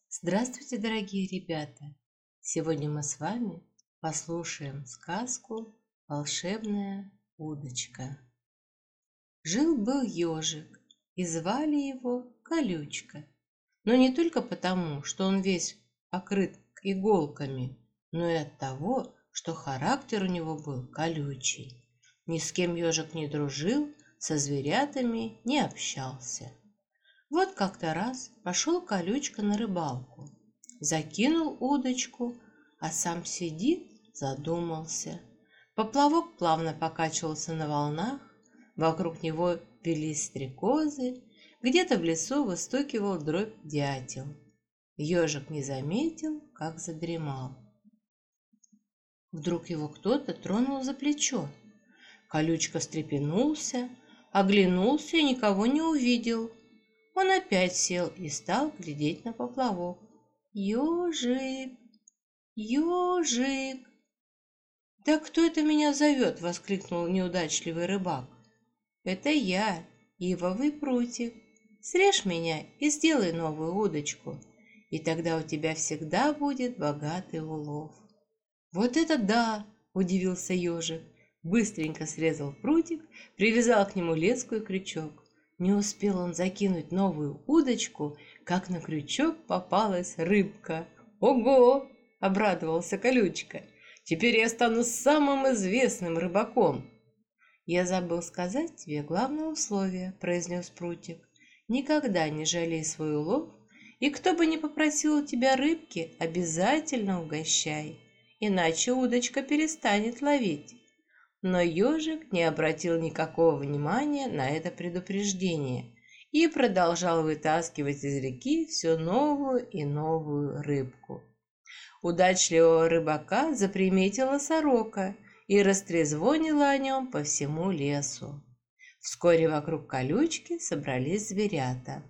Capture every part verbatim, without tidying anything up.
Здравствуйте, дорогие ребята! Сегодня мы с вами послушаем сказку «Волшебная удочка». Жил-был ежик, и звали его Колючка. Но не только потому, что он весь покрыт иголками, но и от того, что характер у него был колючий. Ни с кем ежик не дружил, со зверятами не общался. Вот как-то раз пошел Колючка на рыбалку, закинул удочку, а сам сидит, задумался. Поплавок плавно покачивался на волнах, вокруг него велись стрекозы, где-то в лесу выстукивал дробь дятел. Ежик не заметил, как задремал. Вдруг его кто-то тронул за плечо. Колючка встрепенулся, оглянулся и никого не увидел. Он опять сел и стал глядеть на поплавок. «Ежик! Ежик!» «Да кто это меня зовет?» — воскликнул неудачливый рыбак. «Это я, ивовый прутик. Срежь меня и сделай новую удочку, и тогда у тебя всегда будет богатый улов». «Вот это да!» — удивился ежик. Быстренько срезал прутик, привязал к нему леску и крючок. Не успел он закинуть новую удочку, как на крючок попалась рыбка. «Ого!» — обрадовался Колючка. «Теперь я стану самым известным рыбаком!» «Я забыл сказать тебе главное условие», — произнес прутик. «Никогда не жалей свой улов, и кто бы ни попросил у тебя рыбки, обязательно угощай, иначе удочка перестанет ловить». Но ежик не обратил никакого внимания на это предупреждение и продолжал вытаскивать из реки все новую и новую рыбку. Удачливого рыбака заприметила сорока и растрезвонила о нем по всему лесу. Вскоре вокруг Колючки собрались зверята.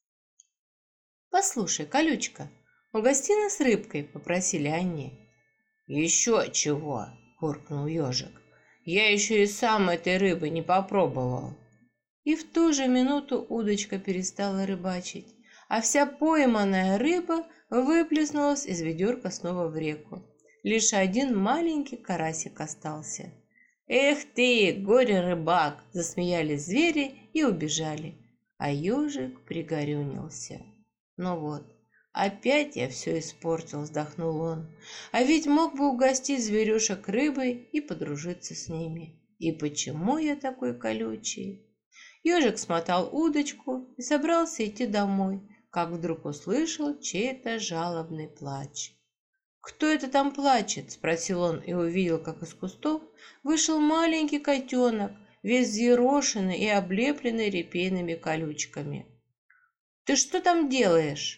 «Послушай, Колючка, угости нас рыбкой», — попросили они. «Еще чего!» — буркнул ежик. «Я еще и сам этой рыбы не попробовал». И в ту же минуту удочка перестала рыбачить, а вся пойманная рыба выплеснулась из ведерка снова в реку. Лишь один маленький карасик остался. «Эх ты, горе-рыбак!» – засмеялись звери и убежали, а ежик пригорюнился. Ну вот, опять я все испортил, вздохнул он. А ведь мог бы угостить зверюшек рыбой и подружиться с ними. И почему я такой колючий? Ежик смотал удочку и собрался идти домой, как вдруг услышал чей-то жалобный плач. «Кто это там плачет?» – спросил он и увидел, как из кустов вышел маленький котенок, весь взъерошенный и облепленный репейными колючками. «Ты что там делаешь?»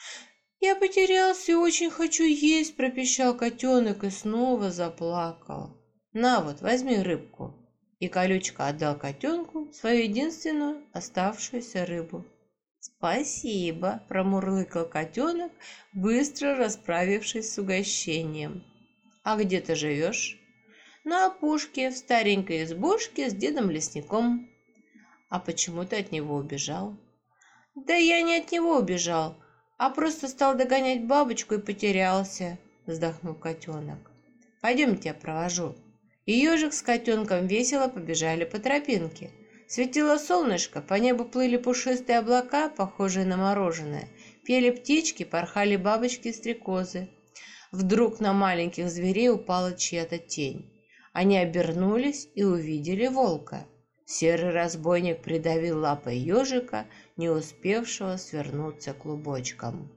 «Я потерялся и очень хочу есть», – пропищал котенок и снова заплакал. «На вот, возьми рыбку». И Колючка отдал котенку свою единственную оставшуюся рыбу. «Спасибо», – промурлыкал котенок, быстро расправившись с угощением. «А где ты живешь?» «На опушке, в старенькой избушке с дедом-лесником». «А почему ты от него убежал?» «Да я не от него убежал, а просто стал догонять бабочку и потерялся», – вздохнул котенок. «Пойдем, я провожу». И ежик с котенком весело побежали по тропинке. Светило солнышко, по небу плыли пушистые облака, похожие на мороженое. Пели птички, порхали бабочки и стрекозы. Вдруг на маленьких зверей упала чья-то тень. Они обернулись и увидели волка. Серый разбойник придавил лапой ежика, не успевшего свернуться клубочком.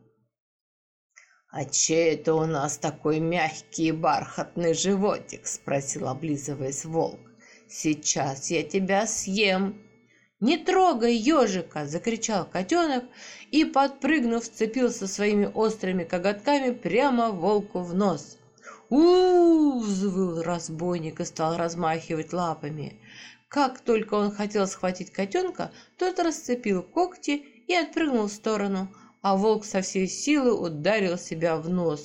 «А чей это у нас такой мягкий и бархатный животик?» – спросил, облизываясь, волк. «Сейчас я тебя съем!» «Не трогай ежика!» – закричал котенок и, подпрыгнув, вцепился своими острыми коготками прямо волку в нос. «У-у-у!» – взвыл разбойник и стал размахивать лапами. Как только он хотел схватить котенка, тот расцепил когти и отпрыгнул в сторону, а волк со всей силы ударил себя в нос.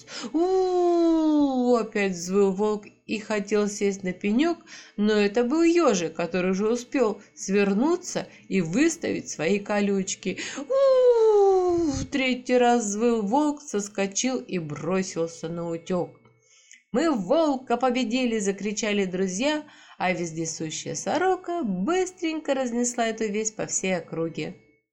У-у-у! Опять взвыл волк и хотел сесть на пенек, но это был ежик, который уже успел свернуться и выставить свои колючки. У-у-у! в третий раз взвыл волк, соскочил и бросился на утек. «Мы волка победили!» — закричали друзья, а вездесущая сорока быстренько разнесла эту весть по всей округе.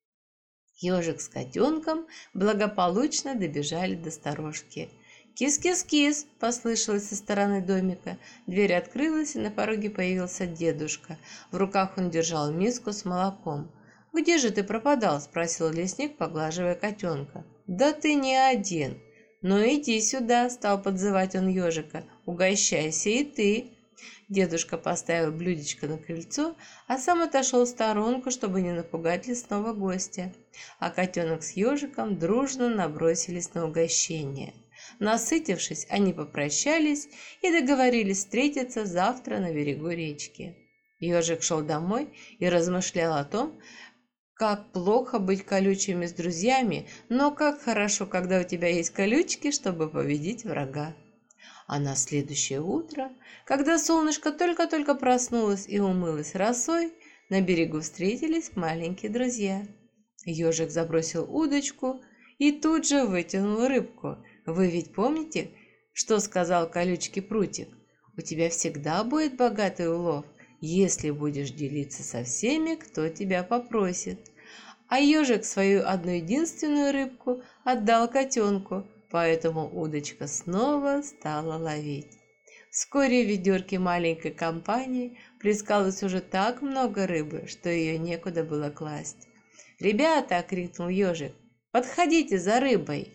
Ежик с котенком благополучно добежали до сторожки. «Кис-кис-кис!» — послышалось со стороны домика. Дверь открылась, и на пороге появился дедушка. В руках он держал миску с молоком. «Где же ты пропадал?» — спросил лесник, поглаживая котенка. «Да ты не один!» «Ну иди сюда!» — стал подзывать он ежика. «Угощайся и ты!» Дедушка поставил блюдечко на крыльцо, а сам отошел в сторонку, чтобы не напугать лесного гостя. А котенок с ежиком дружно набросились на угощение. Насытившись, они попрощались и договорились встретиться завтра на берегу речки. Ежик шел домой и размышлял о том, как плохо быть колючими с друзьями, но как хорошо, когда у тебя есть колючки, чтобы победить врага. А на следующее утро, когда солнышко только-только проснулось и умылось росой, на берегу встретились маленькие друзья. Ежик забросил удочку и тут же вытянул рыбку. Вы ведь помните, что сказал колючки прутик? У тебя всегда будет богатый улов, если будешь делиться со всеми, кто тебя попросит. А ежик свою одну единственную рыбку отдал котенку, поэтому удочка снова стала ловить. Вскоре в ведерке маленькой компании плескалось уже так много рыбы, что ее некуда было класть. «Ребята!» — крикнул ежик. «Подходите за рыбой!»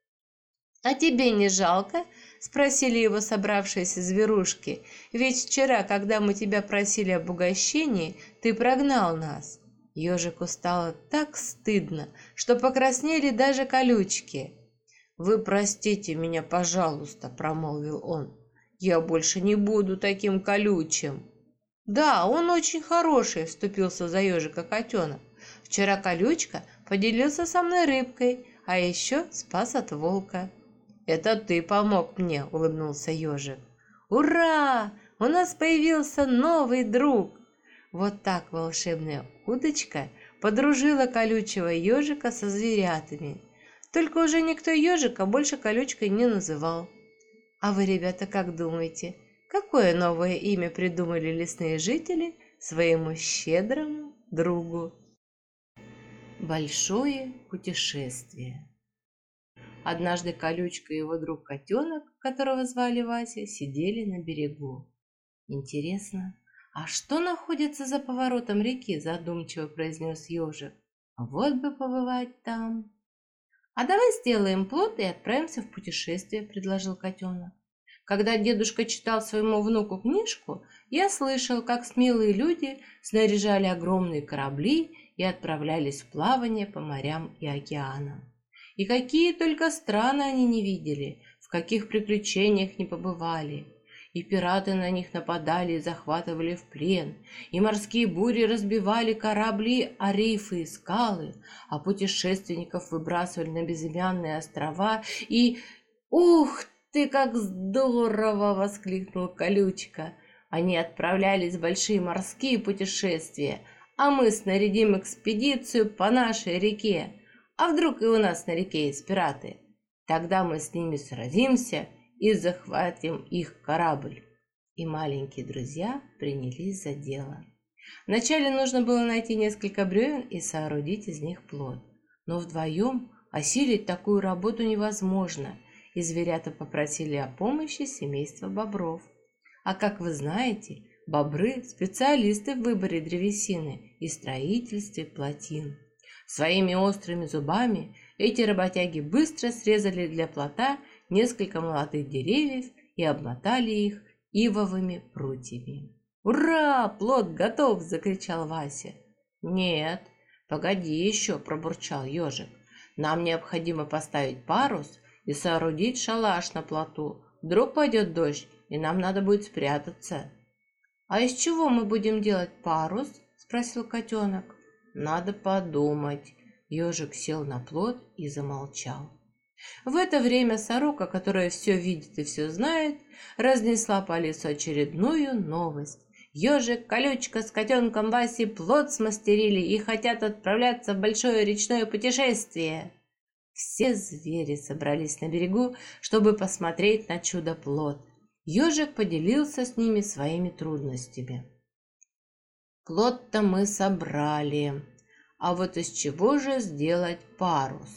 «А тебе не жалко?» — спросили его собравшиеся зверушки. «Ведь вчера, когда мы тебя просили об угощении, ты прогнал нас». Ежику стало так стыдно, что покраснели даже колючки. «Вы простите меня, пожалуйста», — промолвил он. «Я больше не буду таким колючим». «Да, он очень хороший», — вступился за ежика котенок. «Вчера колючка поделился со мной рыбкой, а еще спас от волка». «Это ты помог мне», — улыбнулся ежик. «Ура! У нас появился новый друг!» Вот так волшебная удочка подружила колючего ежика со зверятами. Только уже никто ежика больше колючкой не называл. А вы, ребята, как думаете, какое новое имя придумали лесные жители своему щедрому другу? Большое путешествие. Однажды колючка и его друг котенок, которого звали Вася, сидели на берегу. «Интересно, а что находится за поворотом реки?» — задумчиво произнес ежик. «Вот бы побывать там». «А давай сделаем плот и отправимся в путешествие», — предложил котенок. «Когда дедушка читал своему внуку книжку, я слышал, как смелые люди снаряжали огромные корабли и отправлялись в плавание по морям и океанам. И какие только страны они не видели, в каких приключениях не побывали. И пираты на них нападали и захватывали в плен, и морские бури разбивали корабли о рифы и скалы, а путешественников выбрасывали на безымянные острова, и... «Ух ты, как здорово!» — воскликнул колючка. «Они отправлялись в большие морские путешествия, а мы снарядим экспедицию по нашей реке. А вдруг и у нас на реке есть пираты? Тогда мы с ними сразимся и захватим их корабль». И маленькие друзья принялись за дело. Вначале нужно было найти несколько бревен и соорудить из них плот. Но вдвоем осилить такую работу невозможно, и зверята попросили о помощи семейства бобров. А как вы знаете, бобры – специалисты в выборе древесины и строительстве плотин. Своими острыми зубами эти работяги быстро срезали для плота несколько молодых деревьев и обмотали их ивовыми прутьями. «Ура! Плот готов!» – закричал Вася. «Нет, погоди еще!» – пробурчал ежик. «Нам необходимо поставить парус и соорудить шалаш на плоту. Вдруг пойдет дождь, и нам надо будет спрятаться». «А из чего мы будем делать парус?» – спросил котенок. «Надо подумать». Ежик сел на плот и замолчал. В это время сорока, которая все видит и все знает, разнесла по лесу очередную новость. Ежик, колючка с котенком Васей плот смастерили и хотят отправляться в большое речное путешествие. Все звери собрались на берегу, чтобы посмотреть на чудо-плод. Ежик поделился с ними своими трудностями. Плод-то мы собрали, а вот из чего же сделать парус?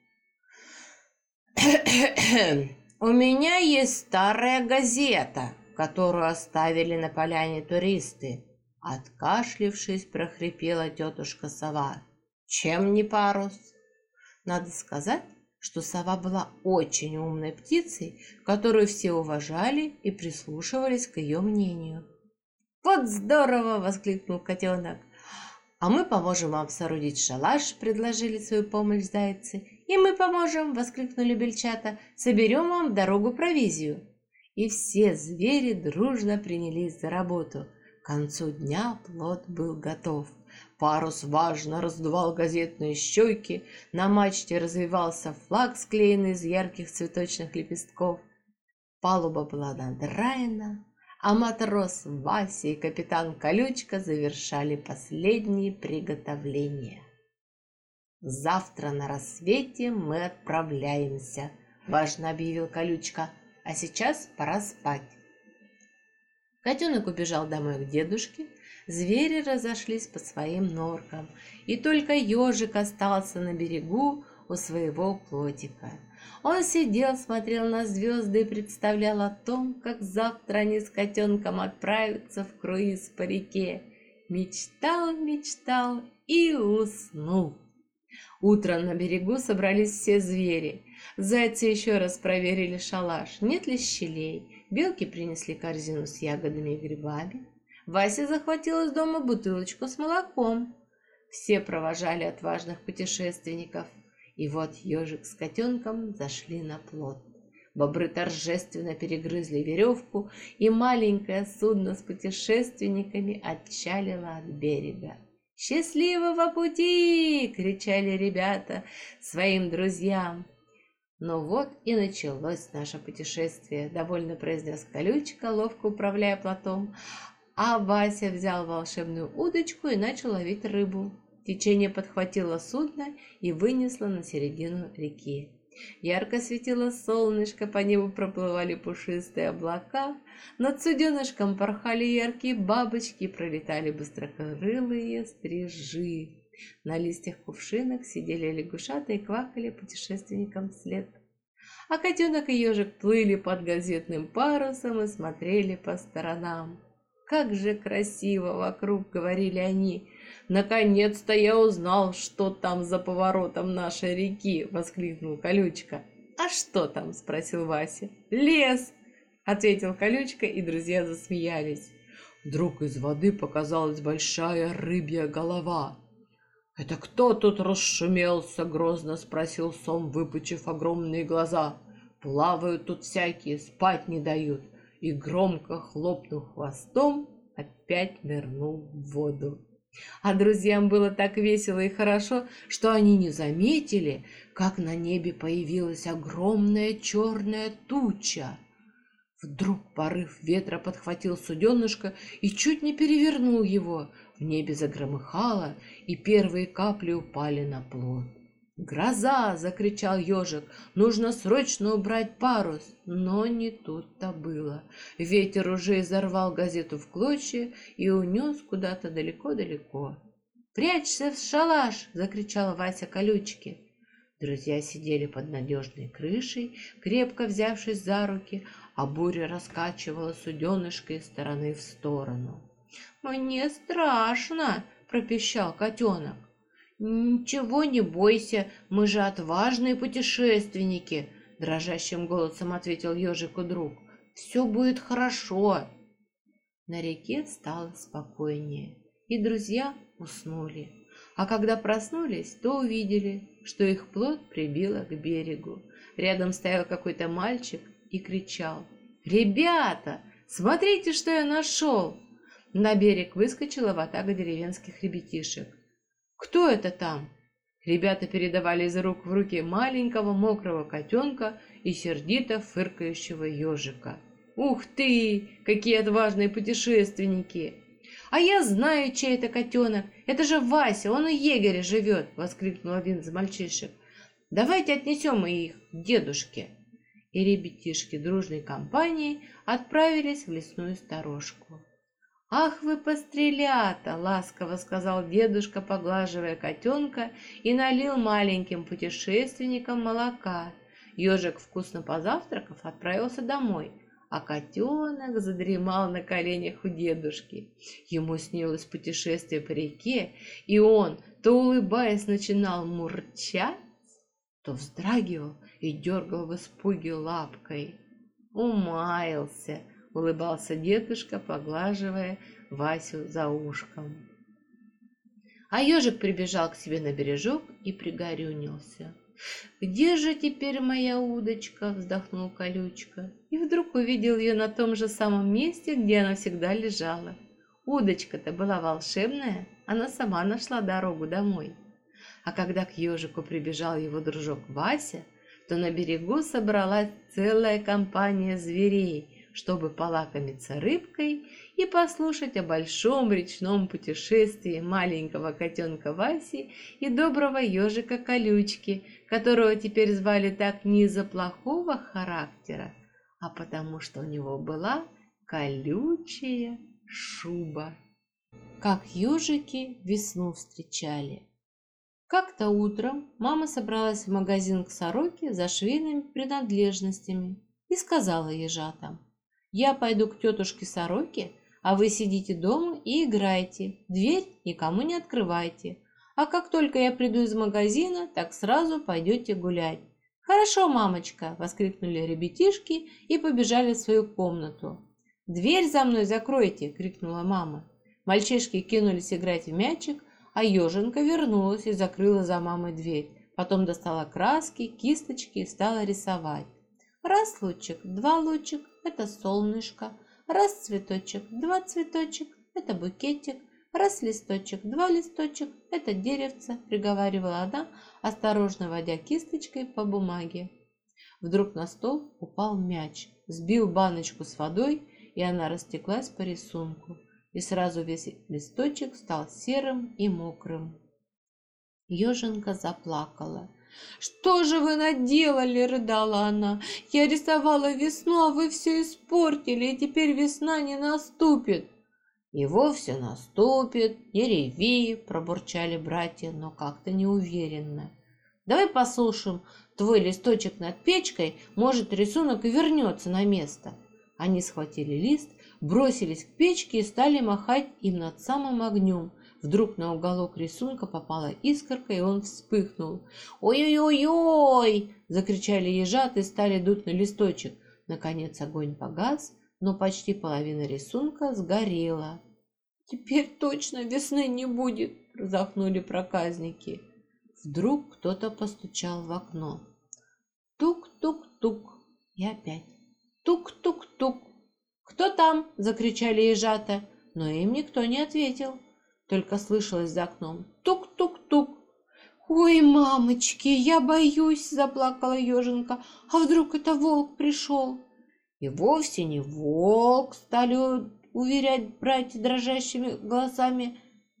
У меня есть старая газета, которую оставили на поляне туристы. Откашлившись, прохрипела тетушка сова. Чем не парус? Надо сказать, что сова была очень умной птицей, которую все уважали и прислушивались к ее мнению. «Вот здорово!» — воскликнул котенок. «А мы поможем вам соорудить шалаш», — предложили свою помощь зайцы. «И мы поможем!» — воскликнули бельчата. «Соберем вам в дорогу провизию». И все звери дружно принялись за работу. К концу дня плод был готов. Парус важно раздувал газетные щеки, на мачте развивался флаг, склеенный из ярких цветочных лепестков. Палуба была надраена, а матрос Вася и капитан Колючка завершали последние приготовления. «Завтра на рассвете мы отправляемся», — важно объявил Колючка, — «а сейчас пора спать». Котенок убежал домой к дедушке, звери разошлись по своим норкам, и только ежик остался на берегу у своего плотика. Он сидел, смотрел на звезды и представлял о том, как завтра они с котенком отправятся в круиз по реке. Мечтал, мечтал и уснул. Утром на берегу собрались все звери. Зайцы еще раз проверили шалаш, нет ли щелей. Белки принесли корзину с ягодами и грибами. Вася захватил из дома бутылочку с молоком. Все провожали отважных путешественников. И вот ежик с котенком зашли на плот. Бобры торжественно перегрызли веревку, и маленькое судно с путешественниками отчалило от берега. «Счастливого пути!» — кричали ребята своим друзьям. «Ну вот и началось наше путешествие», — довольно произнес Колючка, ловко управляя плотом, а Вася взял волшебную удочку и начал ловить рыбу. Течение подхватило судно и вынесло на середину реки. Ярко светило солнышко, по небу проплывали пушистые облака, над суденышком порхали яркие бабочки, пролетали быстрокрылые стрижи. На листьях кувшинок сидели лягушата и квакали путешественникам вслед. А котенок и ежик плыли под газетным парусом и смотрели по сторонам. «Как же красиво вокруг!» — говорили они. «Наконец-то я узнал, что там за поворотом нашей реки!» — воскликнул Колючка. «А что там?» — спросил Вася. «Лес!» — ответил Колючка, и друзья засмеялись. Вдруг из воды показалась большая рыбья голова. «Это кто тут расшумелся?» — грозно спросил Сом, выпучив огромные глаза. «Плавают тут всякие, спать не дают!» И громко хлопнув хвостом, опять нырнул в воду. А друзьям было так весело и хорошо, что они не заметили, как на небе появилась огромная черная туча. Вдруг порыв ветра подхватил суденышко и чуть не перевернул его. В небе загромыхало, и первые капли упали на плот. «Гроза!» — закричал ежик. «Нужно срочно убрать парус!» Но не тут-то было. Ветер уже изорвал газету в клочья и унес куда-то далеко-далеко. «Прячься в шалаш!» — закричал Вася Колючке. Друзья сидели под надежной крышей, крепко взявшись за руки, а буря раскачивала суденышко из стороны в сторону. «Мне страшно!» — пропищал котенок. «Ничего не бойся, мы же отважные путешественники», — дрожащим голосом ответил ежику друг. «Все будет хорошо». На реке стало спокойнее, и друзья уснули. А когда проснулись, то увидели, что их плот прибило к берегу. Рядом стоял какой-то мальчик и кричал: «Ребята, смотрите, что я нашел!» На берег выскочила ватага деревенских ребятишек. «Кто это там?» Ребята передавали из рук в руки маленького мокрого котенка и сердито фыркающего ежика. «Ух ты! Какие отважные путешественники!» «А я знаю, чей это котенок! Это же Вася, он у егеря живет!» — воскликнул один из мальчишек. Давайте отнесем их к дедушке. И ребятишки дружной компанией отправились в лесную сторожку. «Ах вы, пострелята!» — ласково сказал дедушка, поглаживая котенка, и налил маленьким путешественникам молока. Ежик, вкусно позавтракав, отправился домой, а котенок задремал на коленях у дедушки. Ему снилось путешествие по реке, и он, то улыбаясь, начинал мурчать, то вздрагивал и дергал в испуге лапкой. «Умаялся!» — улыбался дедушка, поглаживая Васю за ушком. А ежик прибежал к себе на бережок и пригорюнился. «Где же теперь моя удочка?» — вздохнул Колючка. И вдруг увидел ее на том же самом месте, где она всегда лежала. Удочка-то была волшебная, она сама нашла дорогу домой. А когда к ежику прибежал его дружок Вася, то на берегу собралась целая компания зверей, чтобы полакомиться рыбкой и послушать о большом речном путешествии маленького котенка Васи и доброго ежика Колючки, которого теперь звали так не из-за плохого характера, а потому что у него была колючая шуба. Как ежики весну встречали. Как-то утром мама собралась в магазин к Сороке за швейными принадлежностями и сказала ежатам: «Я пойду к тетушке Сороке, а вы сидите дома и играйте, дверь никому не открывайте, а как только я приду из магазина, так сразу пойдете гулять». «Хорошо, мамочка!» — воскликнули ребятишки и побежали в свою комнату. «Дверь за мной закройте!» — крикнула мама. Мальчишки кинулись играть в мячик, а еженка вернулась и закрыла за мамой дверь. Потом достала краски, кисточки и стала рисовать. Раз лучик, два лучик – это солнышко. Раз цветочек, два цветочек – это букетик. Раз листочек, два листочек – это деревце, приговаривала она, осторожно водя кисточкой по бумаге. Вдруг на стол упал мяч, сбил баночку с водой, и она растеклась по рисунку. И сразу весь листочек стал серым и мокрым. Еженка заплакала. «Что же вы наделали?» — рыдала она. «Я рисовала весну, а вы все испортили, и теперь весна не наступит». «И вовсе наступит, не реви», — пробурчали братья, но как-то неуверенно. «Давай послушаем твой листочек над печкой, может, рисунок и вернется на место». Они схватили лист, бросились к печке и стали махать им над самым огнем. Вдруг на уголок рисунка попала искорка, и он вспыхнул. «Ой-ой-ой-ой!» – закричали ежаты и стали дуть на листочек. Наконец огонь погас, но почти половина рисунка сгорела. «Теперь точно весны не будет!» – вздохнули проказники. Вдруг кто-то постучал в окно. Тук-тук-тук. И опять. Тук-тук-тук. «Кто там?» – закричали ежата, но им никто не ответил. Только слышалось за окном тук-тук-тук. «Ой, мамочки, я боюсь!» – заплакала еженка. «А вдруг это волк пришел?» «И вовсе не волк!» – стали уверять братья дрожащими голосами.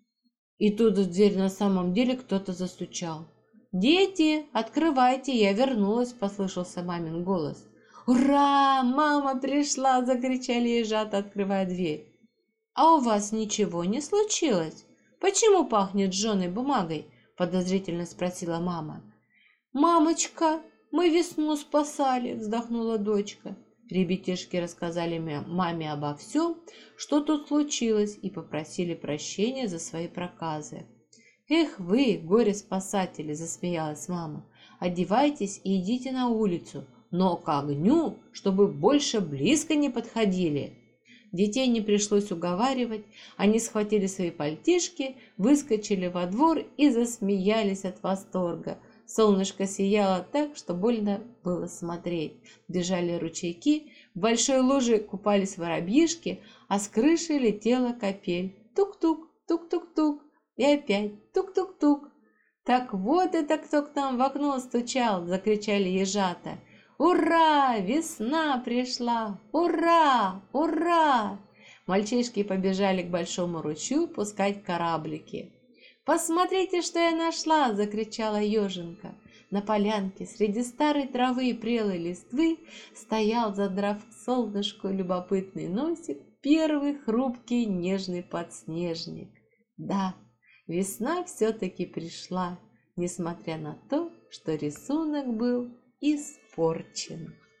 И тут в дверь на самом деле кто-то застучал. «Дети, открывайте, я вернулась!» – послышался мамин голос. «Ура! Мама пришла!» – закричали ежата, открывая дверь. «А у вас ничего не случилось? Почему пахнет жженой бумагой?» – подозрительно спросила мама. «Мамочка, мы весну спасали!» – вздохнула дочка. Ребятишки рассказали маме обо всем, что тут случилось, и попросили прощения за свои проказы. «Эх вы, горе-спасатели!» – засмеялась мама. «Одевайтесь и идите на улицу, но к огню, чтобы больше близко не подходили». Детей не пришлось уговаривать, они схватили свои пальтишки, выскочили во двор и засмеялись от восторга. Солнышко сияло так, что больно было смотреть. Бежали ручейки, в большой луже купались воробьишки, а с крыши летела капель. Тук-тук, тук-тук-тук, и опять тук-тук-тук. «Так вот это кто к нам в окно стучал!» – закричали ежата. «Ура! Весна пришла! Ура! Ура!» Мальчишки побежали к большому ручью пускать кораблики. «Посмотрите, что я нашла!» – закричала еженка. На полянке среди старой травы и прелой листвы стоял, задрав к солнышку любопытный носик, первый хрупкий нежный подснежник. Да, весна все-таки пришла, несмотря на то, что рисунок был испорчен.